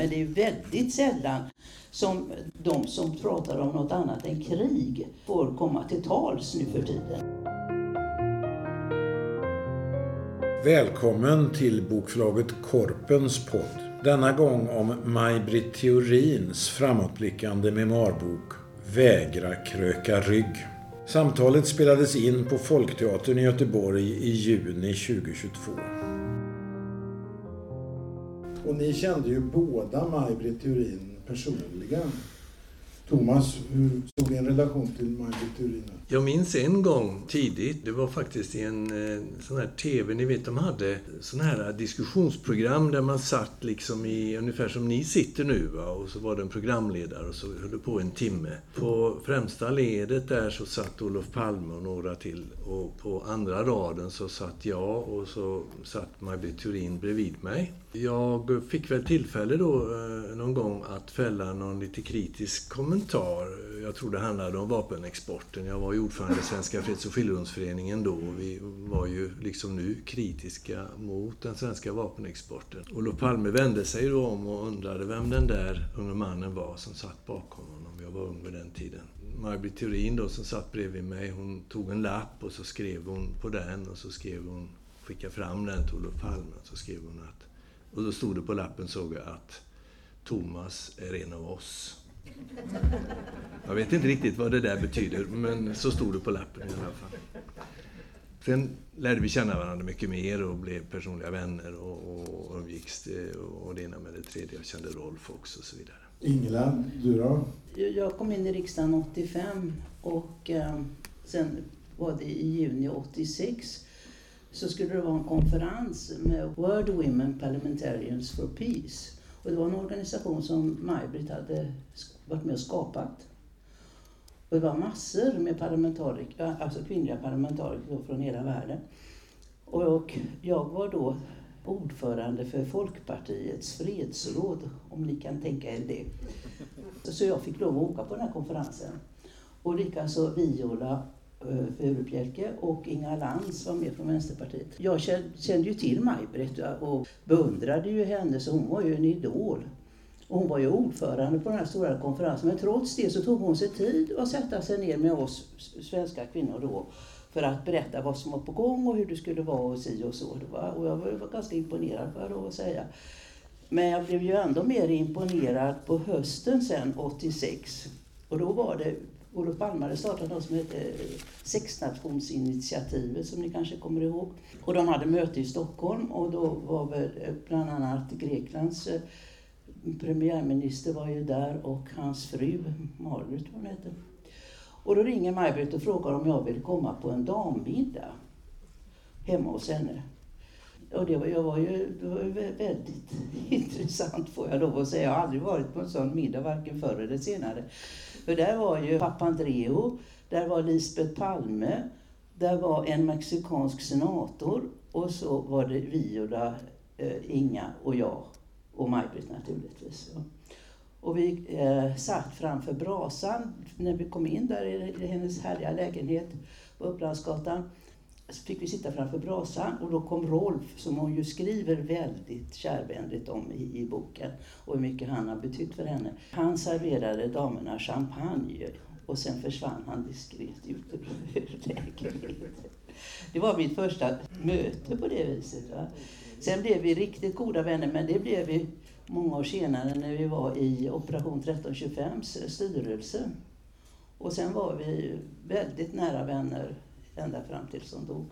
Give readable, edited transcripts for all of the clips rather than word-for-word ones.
Men det är väldigt sällan som de som pratar om något annat än krig får komma till tals nu för tiden. Välkommen till bokförlaget Korpens podd. Denna gång om Maj-Britt Theorins framåtblickande memoarbok Vägra kröka rygg. Samtalet spelades in på Folkteatern i Göteborg i juni 2022. Och ni kände ju båda Maj-Britt Theorin personligen. Thomas, hur såg en relation till Maj-Britt Theorin? Jag minns en gång tidigt, det var faktiskt i en sån här tv, ni vet de hade sån här diskussionsprogram där man satt liksom i, ungefär som ni sitter nu va? Och så var det en programledare och så höll det på en timme. På främsta ledet där så satt Olof Palme och några till och på andra raden så satt jag och så satt Maj-Britt Theorin bredvid mig. Jag fick väl tillfälle då någon gång att fälla någon lite kritisk kommentar. Jag tror det handlade om vapenexporten. Jag var ju ordförande i Svenska Freds- och skiljedomsföreningen då. Vi var ju liksom nu kritiska mot den svenska vapenexporten. Olof Palme vände sig då om och undrade vem den där unge mannen var som satt bakom honom. Jag var ung vid den tiden. Maj-Britt Theorin då som satt bredvid mig, hon tog en lapp och så skrev hon på den och så skrev hon, skickade fram den till Olof Palme och så skrev hon att, och då stod det på lappen såg jag att Thomas är en av oss. Jag vet inte riktigt vad det där betyder, men så stod det på lappen i alla fall. Sen lärde vi känna varandra mycket mer och blev personliga vänner och umgicks och det ena med det tredje. Jag kände Rolf också och så vidare. Ingela, du då? Jag kom in i riksdagen 85 och sen var det i juni 86 så skulle det vara en konferens med World Women Parliamentarians for Peace. Och det var en organisation som Maj-Britt hade varit med och skapat. Och det var massor med parlamentariker, alltså kvinnliga parlamentariker från hela världen. Och jag var då ordförande för Folkpartiets fredsråd, om ni kan tänka er det. Så jag fick lov att åka på den här konferensen. Och likaså Viola Furubjelke och Inga Lantz var med från Vänsterpartiet. Jag kände ju till Maj-Britt och beundrade ju henne, så hon var ju en idol. Och hon var ju ordförande på den här stora konferensen, men trots det så tog hon sig tid att sätta sig ner med oss svenska kvinnor då för att berätta vad som var på gång och hur det skulle vara och si och så. Och jag var ganska imponerad för då att säga. Men jag blev ju ändå mer imponerad på hösten sen 86. Och då var det Olof Palme hade startat något som heter Sexnationsinitiativet som ni kanske kommer ihåg. Och de hade möte i Stockholm och då var väl bland annat Greklands premiärminister var ju där och hans fru, Margaret vad hon heter. Och då ringer Maj-Britt och frågar om jag vill komma på en dammiddag hemma hos henne. Och det var ju väldigt intressant får jag lov att säga. Jag har aldrig varit på en sån middag varken förr eller senare. För där var ju Papandreou, där var Lisbeth Palme, där var en mexikansk senator och så var det Viola, Inga och jag och Maj-Britt naturligtvis. Och vi satt framför brasan när vi kom in där i hennes härliga lägenhet på Upplandsgatan. Så fick vi sitta framför brasan och då kom Rolf som hon ju skriver väldigt kärvänligt om i boken och hur mycket han har betytt för henne. Han serverade damerna champagne och sen försvann han diskret ut ur lägenheten. Det var mitt första möte på det viset. Va? Sen blev vi riktigt goda vänner, men det blev vi många år senare när vi var i Operation 1325s styrelse. Och sen var vi väldigt nära vänner ända fram till som dog.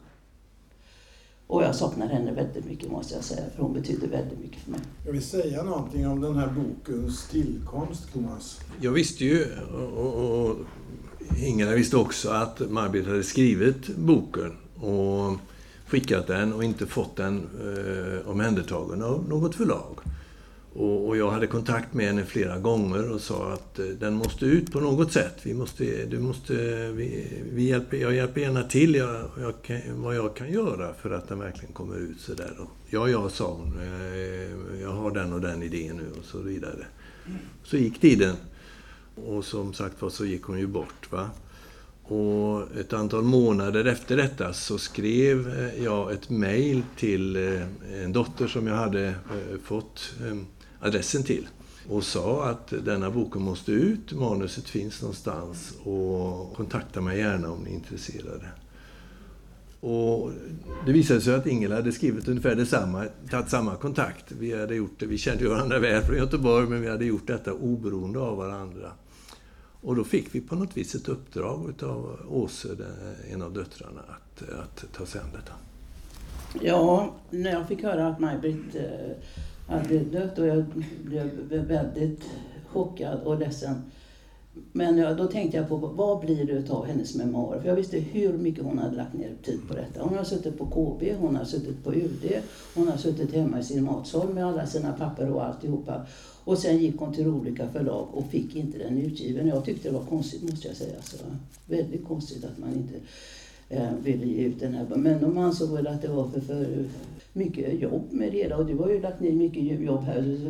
Och jag saknar henne väldigt mycket måste jag säga, för hon betyder väldigt mycket för mig. Jag vill säga någonting om den här bokens tillkomst, Thomas. Jag visste ju, och Ingela visste också, att Maj-Britt hade skrivit boken och skickat den och inte fått den omhändertagen av något förlag. Och jag hade kontakt med henne flera gånger och sa att den måste ut på något sätt. Jag hjälper gärna till vad jag kan göra för att den verkligen kommer ut så där. Ja, sa hon. Jag har den och den idén nu och så vidare. Så gick tiden. Och som sagt så gick hon ju bort va. Och ett antal månader efter detta så skrev jag ett mejl till en dotter som jag hade fått adressen till. och sa att denna boken måste ut, manuset finns någonstans och kontakta mig gärna om ni är intresserade. Och det visade sig att Ingela hade skrivit ungefär detsamma, tagit samma kontakt. Vi kände ju varandra väl från Göteborg, men vi hade gjort detta oberoende av varandra. Och då fick vi på något vis ett uppdrag av Åse, en av döttrarna, att ta sig an detta. Ja, när jag fick höra att Maj-Britt hade dött och jag blev väldigt chockad och ledsen. Men då tänkte jag på vad blir det av hennes memoarer? För jag visste hur mycket hon hade lagt ner tid på detta. Hon har suttit på KB, hon har suttit på UD, hon har suttit hemma i sin matsal med alla sina papper och alltihopa. Och sen gick hon till olika förlag och fick inte den utgiven. Jag tyckte det var konstigt, måste jag säga. Så väldigt konstigt att man inte ville ge ut den här. Men de ansåg väl att det var för mycket jobb med det hela. Och du har ju lagt ner mycket jobb här.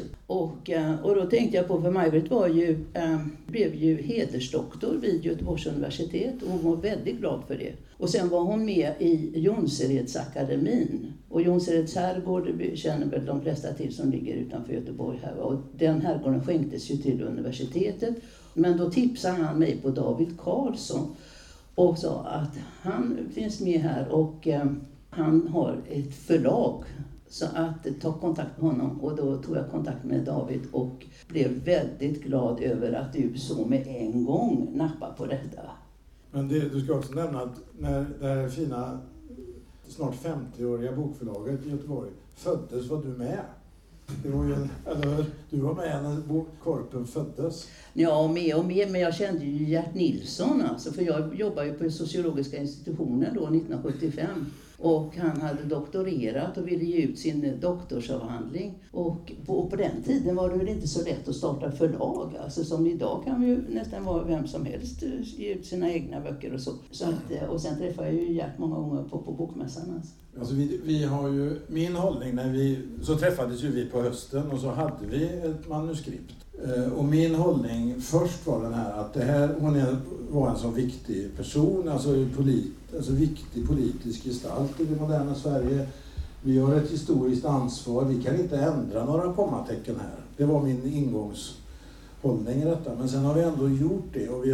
Och då tänkte jag på, för Maj-Britt blev ju hedersdoktor vid Göteborgs universitet. Och hon var väldigt glad för det. Och sen var hon med i Jonseredsakademin. Och Jonsereds herrgård känner väl de flesta till, som ligger utanför Göteborg här. Och den herrgården skänktes ju till universitetet. Men då tipsade han mig på David Karlsson. Och sa att han finns med här och han har ett förlag. Så att ta kontakt med honom. Och då tog jag kontakt med David och blev väldigt glad över att du så med en gång nappade på detta. Men du ska också nämna att när det här fina, snart 50-åriga bokförlaget i Göteborg föddes, var du med. Det var ju du var med när Korpen föddes. Ja, med, men jag kände ju Gert Nilsson alltså, för jag jobbade ju på sociologiska institutionen då 1975. Och han hade doktorerat och ville ge ut sin doktorsavhandling. Och på den tiden var det väl inte så lätt att starta förlag. Alltså som idag kan ju nästan vara vem som helst ge ut sina egna böcker och så. Och sen träffade jag ju Gert många gånger på bokmässan. Alltså vi har ju, min hållning så träffades ju vi på hösten och så hade vi ett manuskript. Och min hållning först var den här att hon var en så viktig person, alltså viktig politisk gestalt i det moderna Sverige. Vi har ett historiskt ansvar, vi kan inte ändra några kommatecken här. Det var min ingångshållning i detta. Men sen har vi ändå gjort det och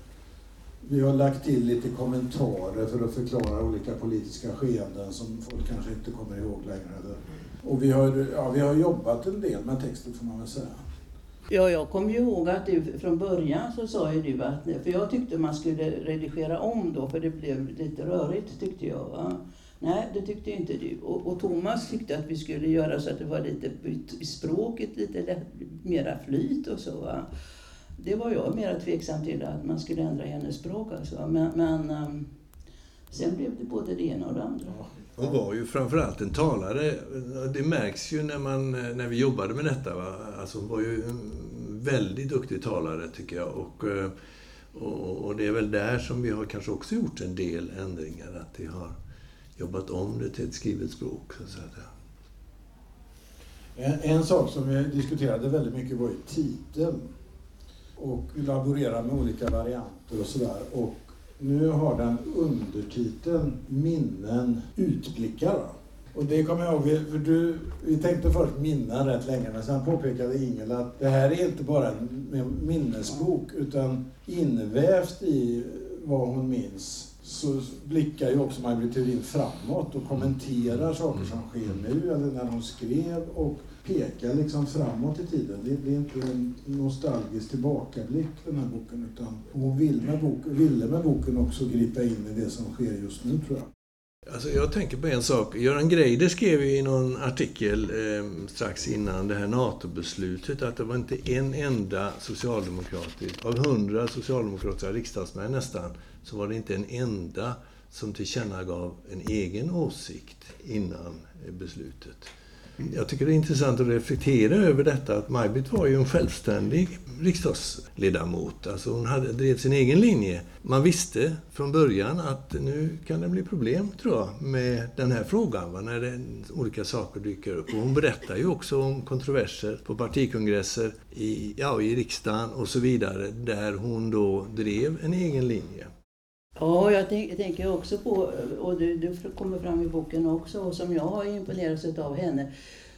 vi har lagt till lite kommentarer för att förklara olika politiska skeenden som folk kanske inte kommer ihåg längre. Och vi har jobbat en del med texten, får man väl säga. Ja, jag kommer ju ihåg att du från början så sa ju du att, för jag tyckte man skulle redigera om då, för det blev lite rörigt tyckte jag. Va? Nej, det tyckte inte du. Och Thomas tyckte att vi skulle göra så att det var lite bytt i språket, lite mera flyt och så. Va? Det var jag mer tveksam till, att man skulle ändra hennes språk alltså. Men sen blev det både det ena och det andra. Hon var ju framförallt en talare. Det märks ju när vi jobbade med detta. Va? Alltså hon var ju en väldigt duktig talare tycker jag. Och det är väl där som vi har kanske också gjort en del ändringar. Att vi har jobbat om det till ett skrivet språk. Så att säga. En sak som vi diskuterade väldigt mycket var ju titeln. Och laborera med olika varianter och sådär. Och nu har den undertiteln Minnen utblickar. Och det kommer jag ihåg, för vi tänkte först minnen rätt länge, men sen påpekade Ingela att det här är inte bara en minnesbok, utan invävt i vad hon minns så blickar ju också Maj-Britt Theorin framåt och kommenterar saker som sker nu eller när hon skrev och pekar liksom framåt i tiden. Det blir inte en nostalgisk tillbakablick den här boken, utan hon ville med boken också gripa in i det som sker just nu, tror jag. Alltså jag tänker på en sak. Göran Greider skrev ju i någon artikel strax innan det här NATO-beslutet att det var inte en enda socialdemokratisk, av 100 socialdemokratiska riksdagsmän nästan, så var det inte en enda som tillkännagav en egen åsikt innan beslutet. Jag tycker det är intressant att reflektera över detta, att Maj-Britt var ju en självständig riksdagsledamot. Alltså hon drev sin egen linje. Man visste från början att nu kan det bli problem, tror jag, med den här frågan, när olika saker dyker upp. Och hon berättar ju också om kontroverser på partikongresser i riksdagen och så vidare, där hon då drev en egen linje. Ja, jag tänker också på, och det kommer fram i boken också, och som jag har imponerats av henne,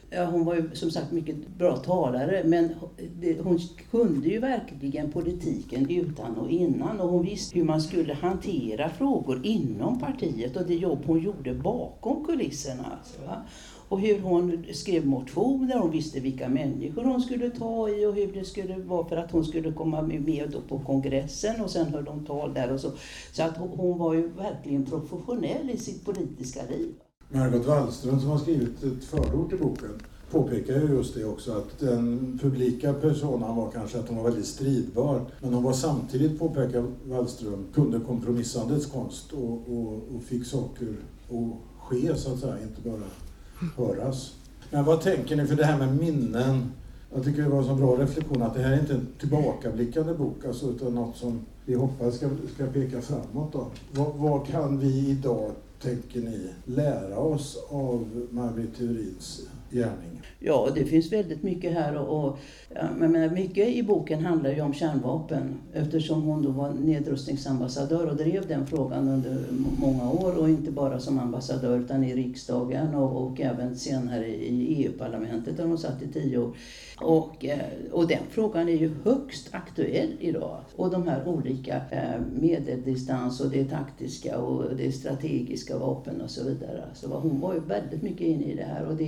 hon var ju som sagt mycket bra talare, men hon kunde ju verkligen politiken utan och innan, och hon visste hur man skulle hantera frågor inom partiet och det jobb hon gjorde bakom kulisserna. Alltså, va? Och hur hon skrev motioner, hon visste vilka människor hon skulle ta i och hur det skulle vara för att hon skulle komma med då på kongressen, och sen höll de tal där och så. Så att hon var ju verkligen professionell i sitt politiska liv. Margot Wallström, som har skrivit ett förord i boken, påpekar ju just det också, att den publika personen var kanske att hon var väldigt stridbar, men hon var samtidigt, påpekar Wallström, kunde kompromissandets konst och fick saker att ske, så att säga, inte bara höras. Men vad tänker ni för det här med minnen? Jag tycker det var en så bra reflektion att det här är inte en tillbakablickande bok, alltså, utan något som vi hoppas ska peka framåt då. Vad kan vi idag, tänker ni, lära oss av Maj Britt Theorins gärning? Ja, det finns väldigt mycket här och mycket i boken handlar ju om kärnvapen, eftersom hon då var nedrustningsambassadör och drev den frågan under många år, och inte bara som ambassadör utan i riksdagen och även senare i EU-parlamentet där hon satt i 10 år. Och den frågan är ju högst aktuell idag. Och de här olika medeldistans och det taktiska och det strategiska vapen och så vidare. Så hon var ju väldigt mycket inne i det här, och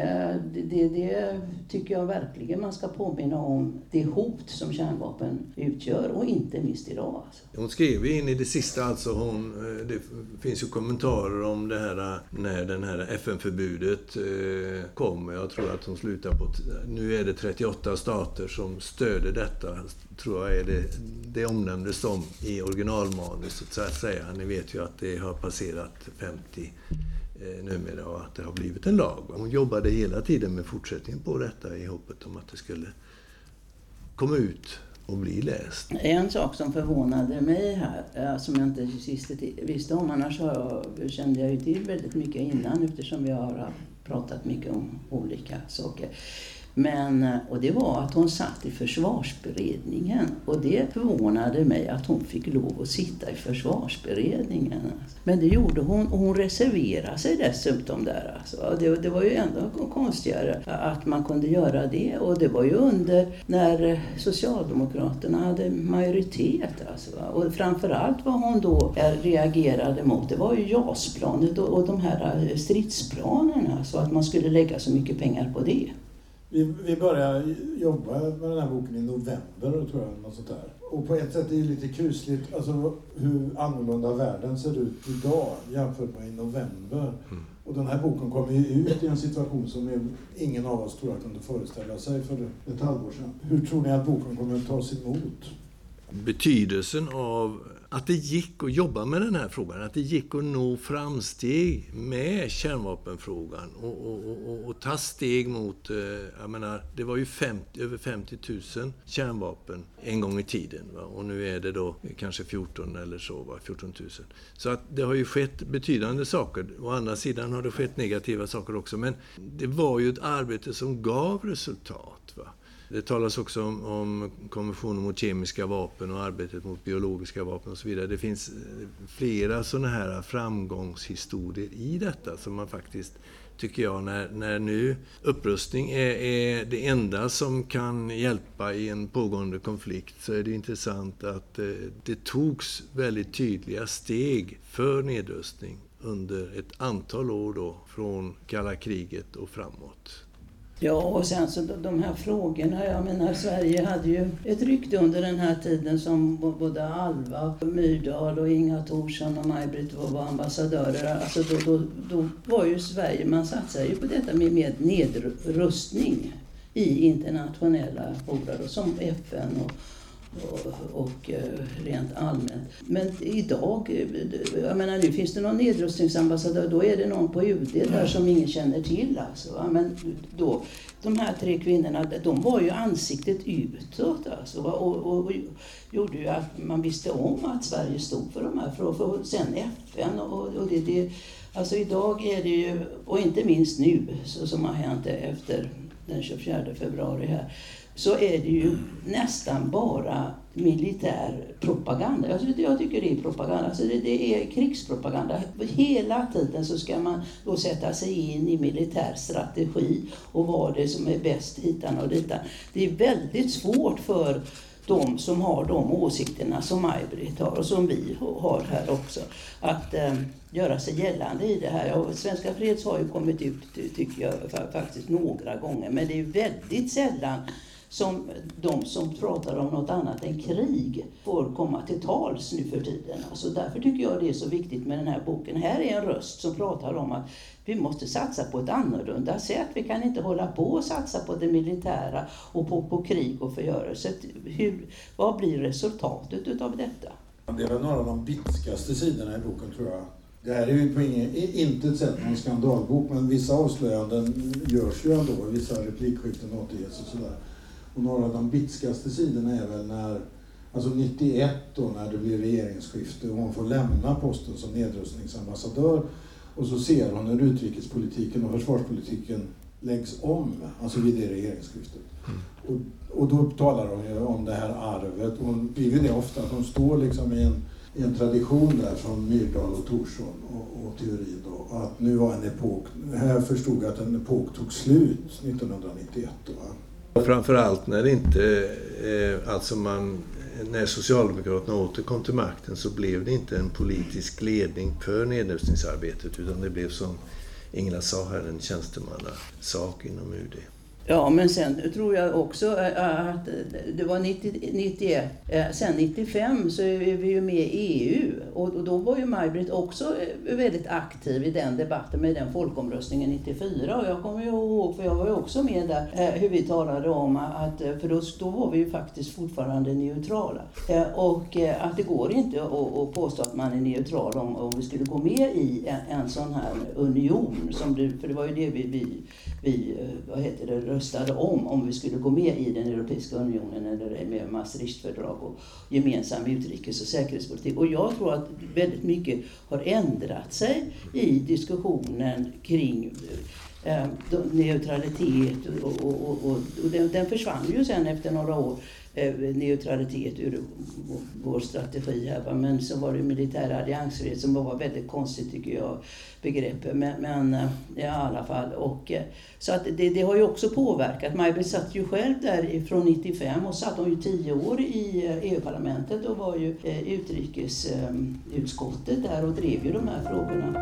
det tycker jag verkligen man ska påminna om, det hot som kärnvapen utgör, och inte minst idag. Alltså. Hon skrev in i det sista, alltså det finns ju kommentarer om det här när den här FN-förbudet kom. Jag tror att hon slutar på, nu är det 38 stater som stöder detta, tror jag är det omnämndes som i originalmanuset, så att säga. Ni vet ju att det har passerat 50 numera och att det har blivit en lag. Hon jobbade hela tiden med fortsättningen på detta i hoppet om att det skulle komma ut och bli läst. En sak som förvånade mig här, som jag inte sist visste om, annars kände jag ju till väldigt mycket innan, eftersom vi har pratat mycket om olika saker. Och det var att hon satt i försvarsberedningen, och det förvånade mig att hon fick lov att sitta i försvarsberedningen. Men det gjorde hon, och hon reserverade sig dessutom där. Alltså. Det var ju ändå konstigare att man kunde göra det, och det var ju under när Socialdemokraterna hade majoritet. Alltså. Och framförallt vad hon då reagerade mot, det var ju JAS-planet och de här stridsplanerna, så att man skulle lägga så mycket pengar på det. Vi började jobba med den här boken i november, tror jag, något sånt där. Och på ett sätt är det lite kusligt, alltså hur annorlunda världen ser ut idag jämfört med i november. Mm. Och den här boken kommer ju ut i en situation som ingen av oss tror jag kunde föreställa sig för ett halvår sedan. Hur tror ni att boken kommer att tas emot? Betydelsen av att det gick att jobba med den här frågan, att det gick att nå framsteg med kärnvapenfrågan och ta steg mot, jag menar, det var ju över 50 000 kärnvapen en gång i tiden, va? Och nu är det då kanske 14 eller så, va? 14 000. Så att det har ju skett betydande saker, å andra sidan har det skett negativa saker också, men det var ju ett arbete som gav resultat, va? Det talas också om konventionen mot kemiska vapen och arbetet mot biologiska vapen och så vidare. Det finns flera sådana här framgångshistorier i detta som man faktiskt, tycker jag, när nu upprustning är det enda som kan hjälpa i en pågående konflikt, så är det intressant att det togs väldigt tydliga steg för nedrustning under ett antal år då, från kalla kriget och framåt. Ja, och sen så de här frågorna, jag menar, Sverige hade ju ett rykte under den här tiden som både Alva Myrdal och Inga Thorsson och Maj Britt var ambassadörer. Alltså då var ju Sverige, man satsade ju på detta med nedrustning i internationella fora som FN och rent allmänt. Men idag, jag menar, nu finns det någon nedrustningsambassadör, då är det någon på UD där som ingen känner till. Alltså. Men då, de här 3 kvinnorna, de var ju ansiktet utåt alltså, och gjorde ju att man visste om att Sverige stod för de här frågorna. Sen FN och det, alltså idag är det ju, och inte minst nu så som har hänt efter den 24 februari här, så är det ju nästan bara militär propaganda. Jag tycker det är propaganda. Alltså det är krigspropaganda. Hela tiden så ska man då sätta sig in i militär strategi och vad det som är bäst hitan och ditan. Det är väldigt svårt för de som har de åsikterna som Maj-Britt har och som vi har här också, att göra sig gällande i det här. Svenska Freds har ju kommit ut, tycker jag, faktiskt några gånger, men det är väldigt sällan som de som pratar om något annat än krig får komma till tals nu för tiden. Alltså därför tycker jag det är så viktigt med den här boken. Här är en röst som pratar om att vi måste satsa på ett annorlunda sätt. Vi kan inte hålla på och satsa på det militära och på krig och förgörelse. Vad blir resultatet utav detta? Det är väl några av de bitskaste sidorna i boken, tror jag. Det här är ju på inte ett sätt någon skandalbok, men vissa avslöjanden görs ju ändå, vissa replikskiften återges och sådär. Och några av de bitskaste sidorna är väl när, alltså 91 då, när det blir regeringsskifte och hon får lämna posten som nedrustningsambassadör, och så ser hon hur utrikespolitiken och försvarspolitiken läggs om, alltså vid det regeringsskiftet. Och då talar hon ju om det här arvet, och hon blir ju det ofta att hon står liksom i en tradition där från Myrdal och Thorsson och teori då, att nu var en epok, här förstod jag att en epok tog slut 1991 då, va? Framförallt när det inte, när Socialdemokraterna återkom till makten, så blev det inte en politisk ledning för nedrustningsarbetet, utan det blev, som Ingela sa här, en tjänstemannasak inom UD. Ja, men sen tror jag också att det var 91, sen 95 så är vi ju med i EU, och då var ju Maj-Britt också väldigt aktiv i den debatten med den folkomröstningen 94, och jag kommer ju ihåg, för jag var ju också med där, hur vi talade om att, för då var vi ju faktiskt fortfarande neutrala, och att det går inte att påstå att man är neutral om vi skulle gå med i en sån här union, för det var ju det vi röstade om vi skulle gå med i den Europeiska unionen eller med Maastrichtfördrag och gemensam utrikes- och säkerhetspolitik. Och jag tror att väldigt mycket har ändrat sig i diskussionen kring neutralitet och den försvann ju sen efter några år, neutralitet ur vår strategi här, men så var det militär alliansfrihet som var väldigt konstigt, tycker jag, begreppet, men i alla fall, och så att det har ju också påverkat. Maj-Britt satt ju själv där från 95 och satt hon ju 10 år i EU-parlamentet och var ju utrikesutskottet där och drev ju de här frågorna.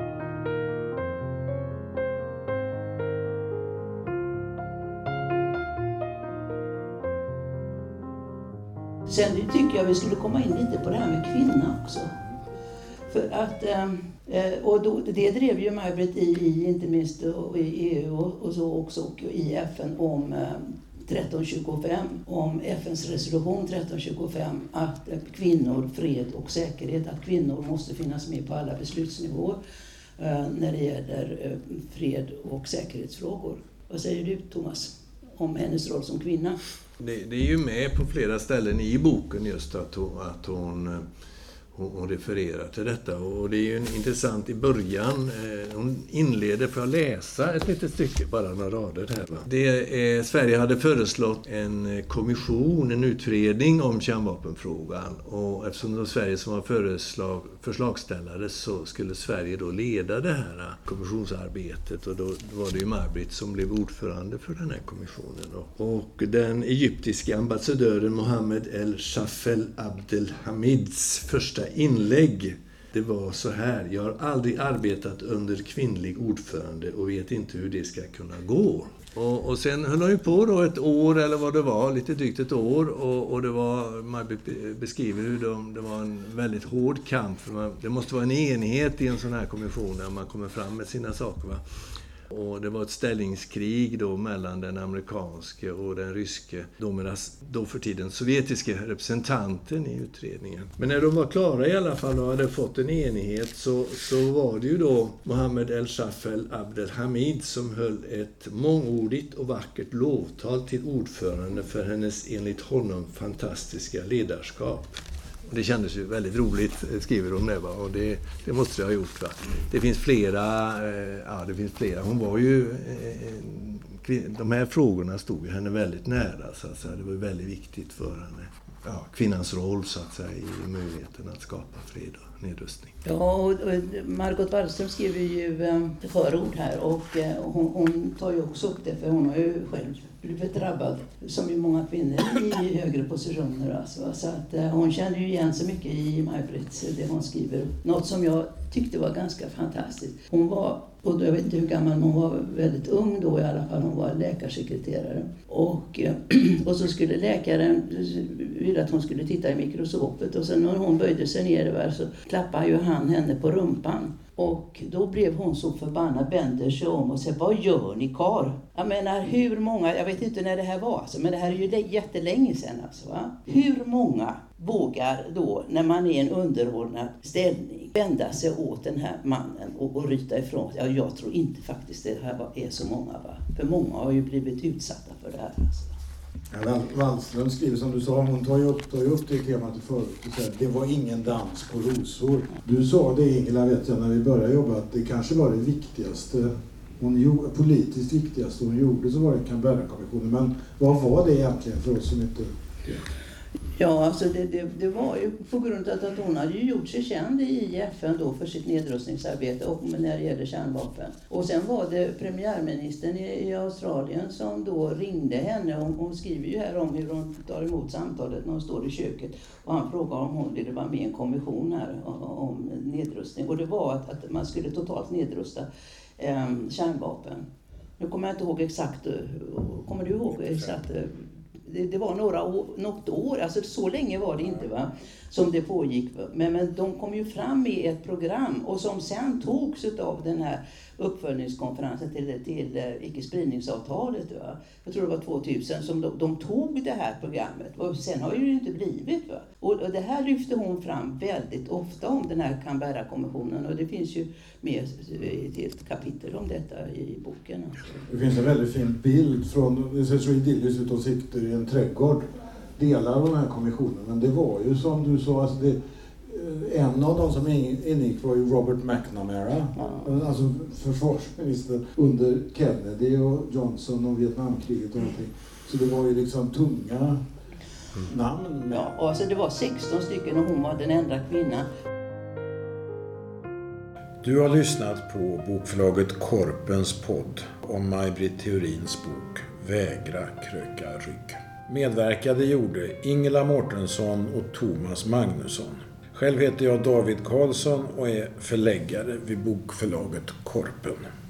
Sen tycker jag vi skulle komma in lite på det här med kvinna också. För att, och det drev ju Maj-Britt i inte minst i EU och så också, och i FN om 1325, om FNs resolution 1325, att kvinnor, fred och säkerhet, att kvinnor måste finnas med på alla beslutsnivåer när det gäller fred och säkerhetsfrågor. Vad säger du, Thomas, om hennes roll som kvinna? Det är ju med på flera ställen i boken just att hon refererar till detta, och det är ju intressant i början. Hon inleder, för att läsa ett litet stycke, bara några rader här. Sverige hade föreslått en kommission, en utredning om kärnvapenfrågan, och eftersom det var Sverige som var förslagsställare så skulle Sverige då leda det här kommissionsarbetet, och då var det ju Maj-Britt som blev ordförande för den här kommissionen. Och den egyptiska ambassadören Mohammed El-Shafel Abdelhamids första inlägg, det var så här: jag har aldrig arbetat under kvinnlig ordförande och vet inte hur det ska kunna gå. Och sen höll han ju på då ett år, eller vad det var, lite drygt ett år, och det var, man beskriver hur det var en väldigt hård kamp, för det måste vara en enhet i en sån här kommission när man kommer fram med sina saker, va? Och det var ett ställningskrig då mellan den amerikanske och den ryske, då för tiden sovjetiska representanten i utredningen. Men när de var klara i alla fall och hade fått en enighet, så var det ju då Mohammed El-Shafel Abdelhamid som höll ett mångordigt och vackert lovtal till ordförande för hennes enligt honom fantastiska ledarskap. Det kändes ju väldigt roligt, skriver hon det, va? Och det måste jag ha gjort, va? Det finns flera. Hon var ju de här frågorna stod henne väldigt nära. Så att säga. Det var väldigt viktigt för henne. Ja, kvinnans roll så att säga, i möjligheten att skapa fred och nedrustning. Ja, och Margot Wallström skriver ju förord här och hon tar ju också upp det, för hon har ju själv blivit drabbad som ju många kvinnor i högre positioner. Alltså. Så att hon kände ju igen så mycket i Maj-Britts, det hon skriver. Något som jag tyckte var ganska fantastiskt. Hon var, och jag vet inte hur gammal, men hon var väldigt ung då i alla fall, hon var läkarsekreterare. Och så skulle läkaren vilja att hon skulle titta i mikroskopet, och sen när hon böjde sig ner där så klappade ju han henne på rumpan. Och då blev hon så förbannad, vänder sig om och säger, vad gör ni kar? Jag menar, hur många, jag vet inte när det här var, alltså, men det här är ju jättelänge sedan alltså, va? Hur många vågar då, när man är i en underordnad ställning, vända sig åt den här mannen och ryta ifrån? Ja, jag tror inte faktiskt det här är så många, va? För många har ju blivit utsatta för det här alltså. Ja, Wallström skriver som du sa, hon tar ju upp det temat förut. Det var ingen dans på rosor. Du sa det, Ingela, vet jag, när vi började jobba, att det kanske var det viktigaste, politiskt viktigaste hon gjorde, så var det Canberra-kommissionen. Men vad var det egentligen för oss som inte vet? Ja, alltså det var ju på grund av att hon hade ju gjort sig känd i FN då för sitt nedrustningsarbete och när det gäller kärnvapen. Och sen var det premiärministern i Australien som då ringde henne. Hon skriver ju här om hur hon tar emot samtalet när hon står i köket. Och han frågar om hon ville vara med i en kommission här om nedrustning. Och det var att man skulle totalt nedrusta kärnvapen. Nu kommer jag inte ihåg exakt, kommer du ihåg exakt? Det var något år, alltså så länge var det inte, va, som det pågick. Men de kom ju fram med ett program och som sen togs av den här uppföljningskonferensen till icke-spridningsavtalet. Va? Jag tror det var 2000 som de tog det här programmet. Och sen har ju det inte blivit. Va? Och det här lyfte hon fram väldigt ofta om den här Canberra-kommissionen. Och det finns ju med ett helt kapitel om detta i boken. Alltså. Det finns en väldigt fin bild från, det ser så idylliskt ut, och sitter i en trädgård, delar av den här kommissionen. Men det var ju som du sa, alltså en av de som ingick var ju Robert McNamara, alltså försvarsminister under Kennedy och Johnson och Vietnamkriget och allting. Så det var ju liksom tunga namn. Ja, och alltså det var 16 stycken och hon var den enda kvinnan. Du har lyssnat på bokförlaget Korpens podd om Maj-Britt Theorins bok Vägra kröka rygg. Medverkade gjorde Ingela Mårtensson och Thomas Magnusson. Själv heter jag David Karlsson och är förläggare vid bokförlaget Korpen.